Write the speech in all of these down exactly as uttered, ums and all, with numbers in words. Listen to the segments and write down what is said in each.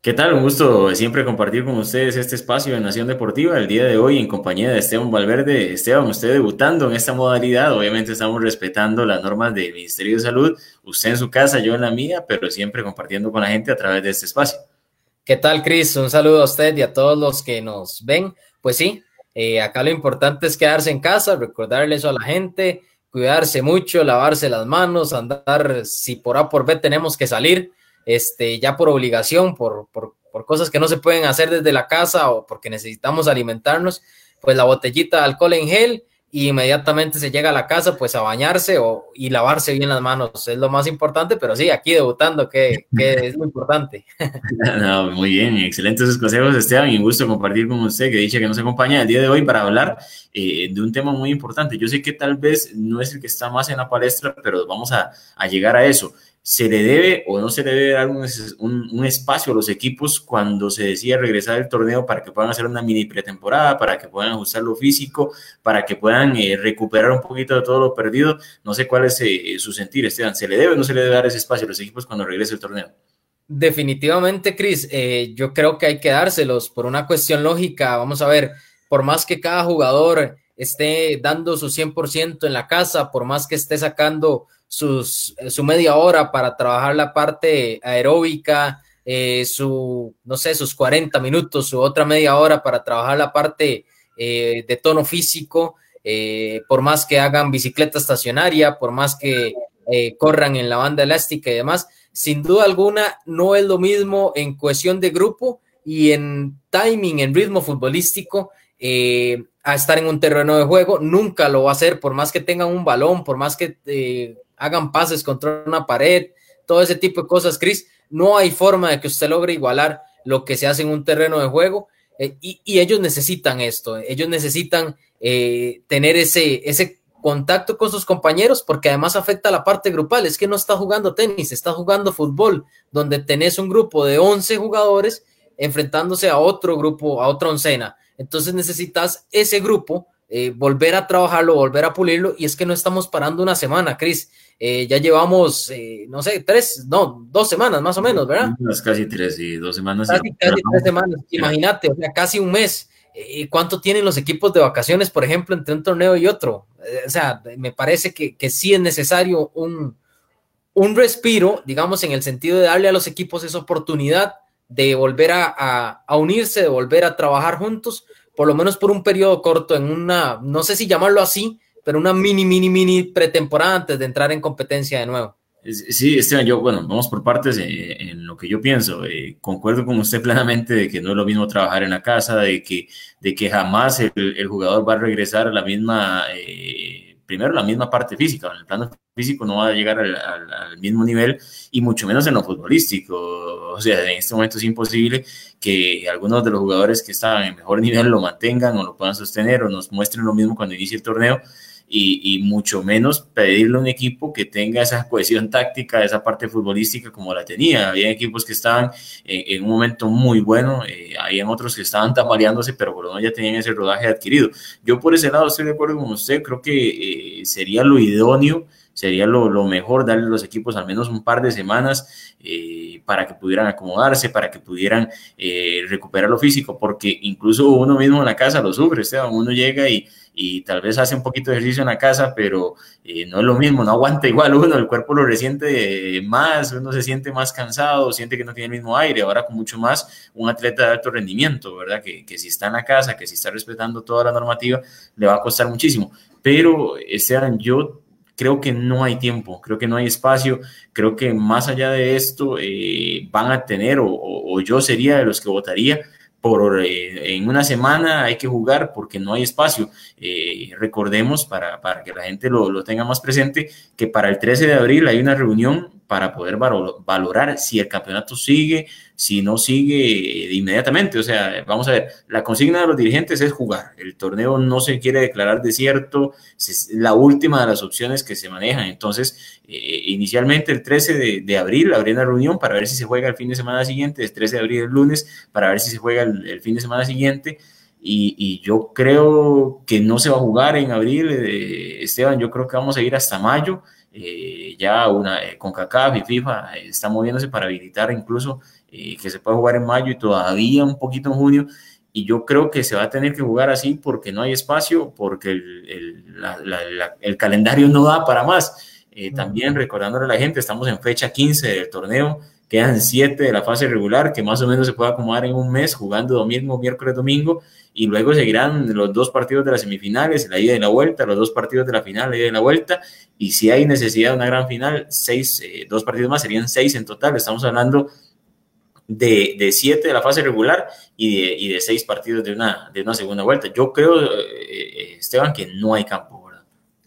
¿Qué tal? Un gusto siempre compartir con ustedes este espacio de Nación Deportiva. El día de hoy en compañía de Esteban Valverde. Esteban, usted debutando en esta modalidad. Obviamente estamos respetando las normas del Ministerio de Salud. Usted en su casa, yo en la mía, pero siempre compartiendo con la gente a través de este espacio. ¿Qué tal, Chris? Un saludo a usted y a todos los que nos ven. Pues sí, eh, acá lo importante es quedarse en casa, recordarle eso a la gente, cuidarse mucho, lavarse las manos, andar, si por A por B tenemos que salir, este, ya por obligación, por, por, por cosas que no se pueden hacer desde la casa o porque necesitamos alimentarnos, pues la botellita de alcohol en gel y inmediatamente se llega a la casa, pues a bañarse o, y lavarse bien las manos, es lo más importante, pero sí, aquí debutando, que, que es lo importante. No, muy bien, excelentes sus consejos, Esteban, y un gusto compartir con usted, que dice que nos acompaña el día de hoy para hablar eh, de un tema muy importante. Yo sé que tal vez no es el que está más en la palestra, pero vamos a, a llegar a eso. ¿Se le debe o no se le debe dar un, un, un espacio a los equipos cuando se decide regresar el torneo para que puedan hacer una mini pretemporada, para que puedan ajustar lo físico, para que puedan eh, recuperar un poquito de todo lo perdido? No sé cuál es eh, su sentir, Esteban. ¿Se le debe o no se le debe dar ese espacio a los equipos cuando regrese el torneo? Definitivamente, Chris, eh, yo creo que hay que dárselos por una cuestión lógica. Vamos a ver, por más que cada jugador esté dando su cien por ciento en la casa, por más que esté sacando sus, su media hora para trabajar la parte aeróbica, eh, su, no sé, sus cuarenta minutos, su otra media hora para trabajar la parte eh, de tono físico, eh, por más que hagan bicicleta estacionaria, por más que eh, corran en la banda elástica y demás, sin duda alguna no es lo mismo en cohesión de grupo y en timing, en ritmo futbolístico, eh, a estar en un terreno de juego. Nunca lo va a hacer, por más que tengan un balón, por más que eh, hagan pases contra una pared, todo ese tipo de cosas, Chris. No hay forma de que usted logre igualar lo que se hace en un terreno de juego, eh, y, y ellos necesitan esto, ellos necesitan eh, tener ese, ese contacto con sus compañeros, porque además afecta a la parte grupal. Es que no está jugando tenis, está jugando fútbol, donde tenés un grupo de once jugadores enfrentándose a otro grupo, a otra oncena. Entonces necesitas ese grupo, eh, volver a trabajarlo, volver a pulirlo, y es que no estamos parando una semana, Chris. Eh, ya llevamos, eh, no sé, tres, no, dos semanas más o menos, ¿verdad? Unas casi tres y dos semanas. Y Casi, casi tres semanas, imagínate, o sea, casi un mes. Eh, ¿Cuánto tienen los equipos de vacaciones, por ejemplo, entre un torneo y otro? Eh, o sea, me parece que, que sí es necesario un, un respiro, digamos, en el sentido de darle a los equipos esa oportunidad de volver a, a, a unirse, de volver a trabajar juntos, por lo menos por un periodo corto, en una, no sé si llamarlo así, pero una mini, mini, mini pretemporada antes de entrar en competencia de nuevo. Sí, Esteban, yo, bueno, vamos por partes eh, en lo que yo pienso. Eh, concuerdo con usted plenamente de que no es lo mismo trabajar en la casa, de que, de que jamás el, el jugador va a regresar a la misma, eh, primero la misma parte física. En el plano físico no va a llegar al, al, al mismo nivel y mucho menos en lo futbolístico. O sea, en este momento es imposible que algunos de los jugadores que estaban en mejor nivel lo mantengan o lo puedan sostener o nos muestren lo mismo cuando inicie el torneo. Y, y, mucho menos pedirle a un equipo que tenga esa cohesión táctica, esa parte futbolística como la tenía. Había equipos que estaban eh, en un momento muy bueno, eh, había otros que estaban tambaleándose, pero por lo menos ya tenían ese rodaje adquirido. Yo por ese lado estoy de acuerdo con usted, creo que eh, sería lo idóneo, sería lo, lo mejor darle a los equipos al menos un par de semanas eh, para que pudieran acomodarse, para que pudieran eh, recuperar lo físico, porque incluso uno mismo en la casa lo sufre, Esteban, uno llega y y tal vez hace un poquito de ejercicio en la casa, pero eh, no es lo mismo, no aguanta igual uno, el cuerpo lo resiente eh, más, uno se siente más cansado, siente que no tiene el mismo aire, ahora con mucho más un atleta de alto rendimiento, ¿verdad? Que, que si está en la casa, que si está respetando toda la normativa, le va a costar muchísimo, pero Esteban, yo creo que no hay tiempo, creo que no hay espacio, creo que más allá de esto eh, van a tener, o, o, o yo sería de los que votaría por eh, en una semana hay que jugar porque no hay espacio. Eh, recordemos, para, para que la gente lo, lo tenga más presente, que para el trece de abril hay una reunión para poder valorar si el campeonato sigue, si no sigue eh, inmediatamente. O sea, vamos a ver, la consigna de los dirigentes es jugar. El torneo no se quiere declarar desierto, es la última de las opciones que se manejan. Entonces, eh, inicialmente el trece de, de abril habría una reunión para ver si se juega el fin de semana siguiente, el trece de abril el lunes, para ver si se juega el, el fin de semana siguiente. Y, y yo creo que no se va a jugar en abril, eh, Esteban, yo creo que vamos a ir hasta mayo. Eh, ya una eh, CONCACAF y FIFA eh, está moviéndose para habilitar incluso eh, que se pueda jugar en mayo y todavía un poquito en junio. Y yo creo que se va a tener que jugar así porque no hay espacio, porque el, el, la, la, la, el calendario no da para más. Eh, también recordándole a la gente, estamos en fecha quince del torneo, quedan siete de la fase regular, que más o menos se puede acomodar en un mes, jugando domingo, miércoles, domingo, y luego seguirán los dos partidos de las semifinales, la ida y la vuelta, los dos partidos de la final, la ida y la vuelta, y si hay necesidad de una gran final, seis, eh, dos partidos más, serían seis en total. Estamos hablando de, de siete de la fase regular y de, y de seis partidos de una, de una segunda vuelta. Yo creo, eh, Esteban, que no hay campo, ¿verdad?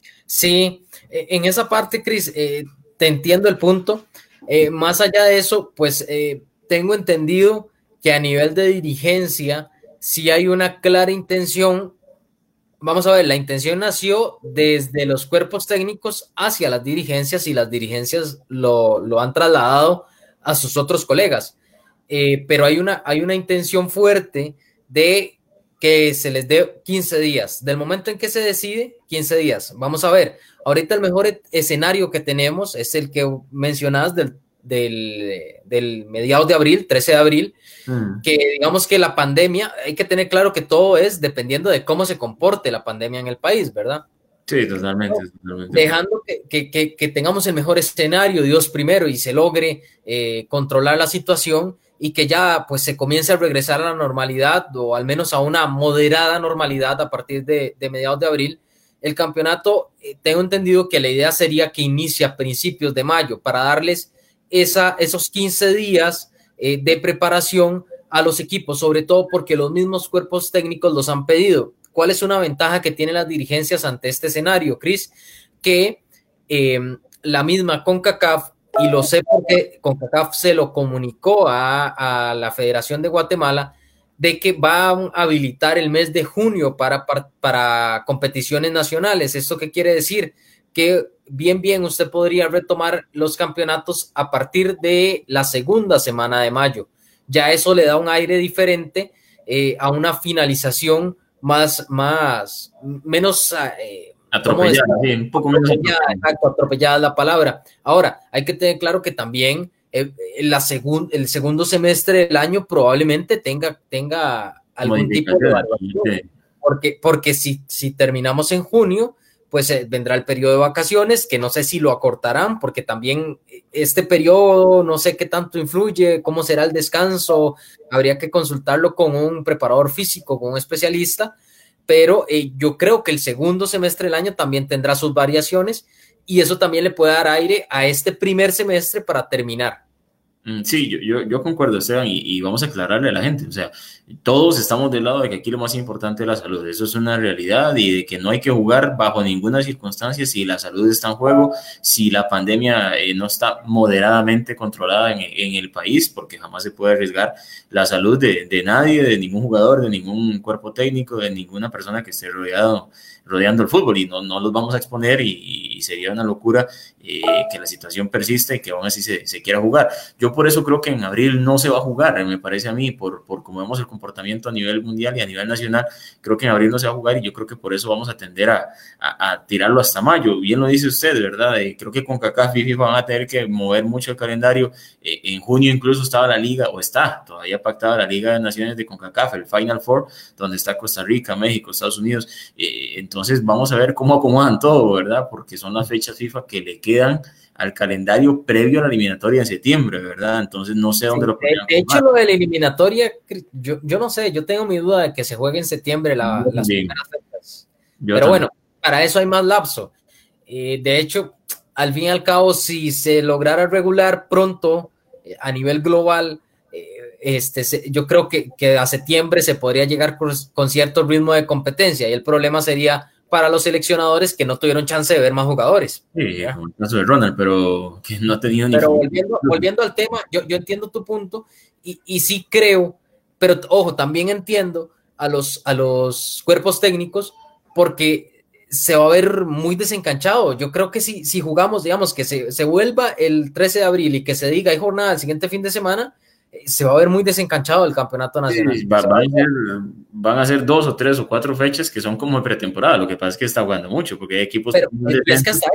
Sí, en esa parte, Cris, eh, te entiendo el punto. Eh, más allá de eso, pues eh, tengo entendido que a nivel de dirigencia sí hay una clara intención. Vamos a ver, la intención nació desde los cuerpos técnicos hacia las dirigencias y las dirigencias lo, lo han trasladado a sus otros colegas. Eh, pero hay una, hay una intención fuerte de que se les dé quince días. Del momento en que se decide, quince días. Vamos a ver, ahorita el mejor escenario que tenemos es el que mencionabas del, del, del mediados de abril, trece de abril, mm. que digamos que la pandemia, hay que tener claro que todo es dependiendo de cómo se comporte la pandemia en el país, ¿verdad? Sí, totalmente. totalmente. Dejando que, que, que, que tengamos el mejor escenario, Dios primero, y se logre eh, controlar la situación y que ya pues se comience a regresar a la normalidad o al menos a una moderada normalidad a partir de, de mediados de abril. El campeonato, eh, tengo entendido que la idea sería que inicie a principios de mayo para darles esa, esos quince días eh, de preparación a los equipos, sobre todo porque los mismos cuerpos técnicos los han pedido. ¿Cuál es una ventaja que tienen las dirigencias ante este escenario, Cris? Que eh, la misma CONCACAF, y lo sé porque CONCACAF se lo comunicó a, a la Federación de Guatemala, de que va a habilitar el mes de junio para, para, para competiciones nacionales. ¿Esto qué quiere decir? Que bien, bien, usted podría retomar los campeonatos a partir de la segunda semana de mayo. Ya eso le da un aire diferente eh, a una finalización más, más, menos... Eh, atropellada, sí, un poco menos atropellada, exacto, atropellada la palabra. Ahora, hay que tener claro que también eh, la segun, el segundo semestre del año probablemente tenga, tenga algún tipo de evaluación, sí. porque, porque si, si terminamos en junio, pues eh, vendrá el periodo de vacaciones, que no sé si lo acortarán, porque también este periodo no sé qué tanto influye, cómo será el descanso, habría que consultarlo con un preparador físico, con un especialista, pero eh, yo creo que el segundo semestre del año también tendrá sus variaciones y eso también le puede dar aire a este primer semestre para terminar. Sí, yo, yo, yo concuerdo, Esteban, y, y vamos a aclararle a la gente, o sea, todos estamos del lado de que aquí lo más importante es la salud, eso es una realidad, y de que no hay que jugar bajo ninguna circunstancia si la salud está en juego, si la pandemia eh, no está moderadamente controlada en, en el país, porque jamás se puede arriesgar la salud de, de nadie, de ningún jugador, de ningún cuerpo técnico, de ninguna persona que esté rodeado, rodeando el fútbol, y no, no los vamos a exponer, y, y sería una locura eh, que la situación persista y que aún así se, se quiera jugar. Yo por eso creo que en abril no se va a jugar, me parece a mí, por, por cómo vemos el comportamiento a nivel mundial y a nivel nacional, creo que en abril no se va a jugar y yo creo que por eso vamos a tender a, a, a tirarlo hasta mayo. Bien lo dice usted, ¿verdad? Eh, creo que CONCACAF y FIFA van a tener que mover mucho el calendario. Eh, en junio incluso estaba la liga, o está todavía pactada la Liga de Naciones de CONCACAF, el Final Four, donde está Costa Rica, México, Estados Unidos. Eh, entonces vamos a ver cómo acomodan todo, ¿verdad? Porque son las fechas FIFA que le quedan al calendario previo a la eliminatoria en septiembre, ¿verdad? Entonces no sé dónde sí, lo podrían de hecho, lo de la eliminatoria, yo, yo no sé, yo tengo mi duda de que se juegue en septiembre la, las primeras fechas. Pero también. Bueno, para eso hay más lapso. Eh, de hecho, al fin y al cabo, si se lograra regular pronto eh, a nivel global, eh, este, se, yo creo que, que a septiembre se podría llegar con, con cierto ritmo de competencia y el problema sería para los seleccionadores que no tuvieron chance de ver más jugadores. Sí, como el caso de Ronald, pero que no ha tenido ni... Pero volviendo, volviendo al tema, yo, yo entiendo tu punto y, y sí creo, pero ojo, también entiendo a los, a los cuerpos técnicos porque se va a ver muy desencanchado. Yo creo que si, si jugamos, digamos, que se, se vuelva el trece de abril y que se diga hay jornada el siguiente fin de semana, se va a ver muy desencanchado el campeonato nacional. Sí, va, va a ser, van a ser dos o tres o cuatro fechas que son como pretemporada. Lo que pasa es que está jugando mucho porque hay equipos. Pero es que hasta eso,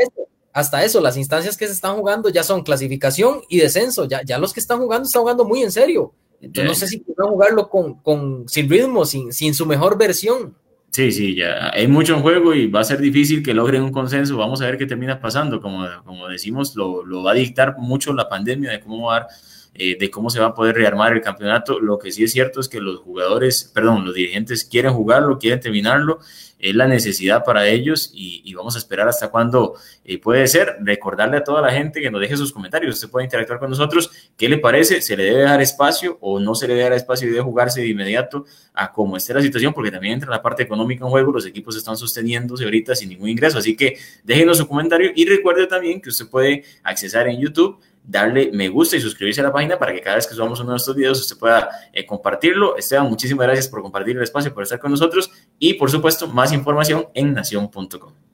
hasta eso, las instancias que se están jugando ya son clasificación y descenso, ya, ya los que están jugando están jugando muy en serio. Entonces no sé si pueden jugarlo con, con, sin ritmo, sin, sin su mejor versión. Sí, sí, ya hay mucho en juego y va a ser difícil que logren un consenso. Vamos a ver qué termina pasando. Como, como decimos, lo, lo va a dictar mucho la pandemia de cómo va a dar, eh, de cómo se va a poder rearmar el campeonato. Lo que sí es cierto es que los jugadores, perdón, los dirigentes quieren jugarlo, quieren terminarlo. Es la necesidad para ellos y, y vamos a esperar hasta cuándo eh, puede ser. Recordarle a toda la gente que nos deje sus comentarios. Usted puede interactuar con nosotros. ¿Qué le parece? ¿Se le debe dar espacio o no se le debe dar espacio y debe jugarse de inmediato a cómo esté la situación? Porque también entra la parte económica en juego. Los equipos están sosteniéndose ahorita sin ningún ingreso. Así que déjenos su comentario y recuerde también que usted puede accesar en YouTube, darle me gusta y suscribirse a la página para que cada vez que subamos uno de estos videos usted pueda eh, compartirlo. Esteban, muchísimas gracias por compartir el espacio, por estar con nosotros y por supuesto más información en nación punto com.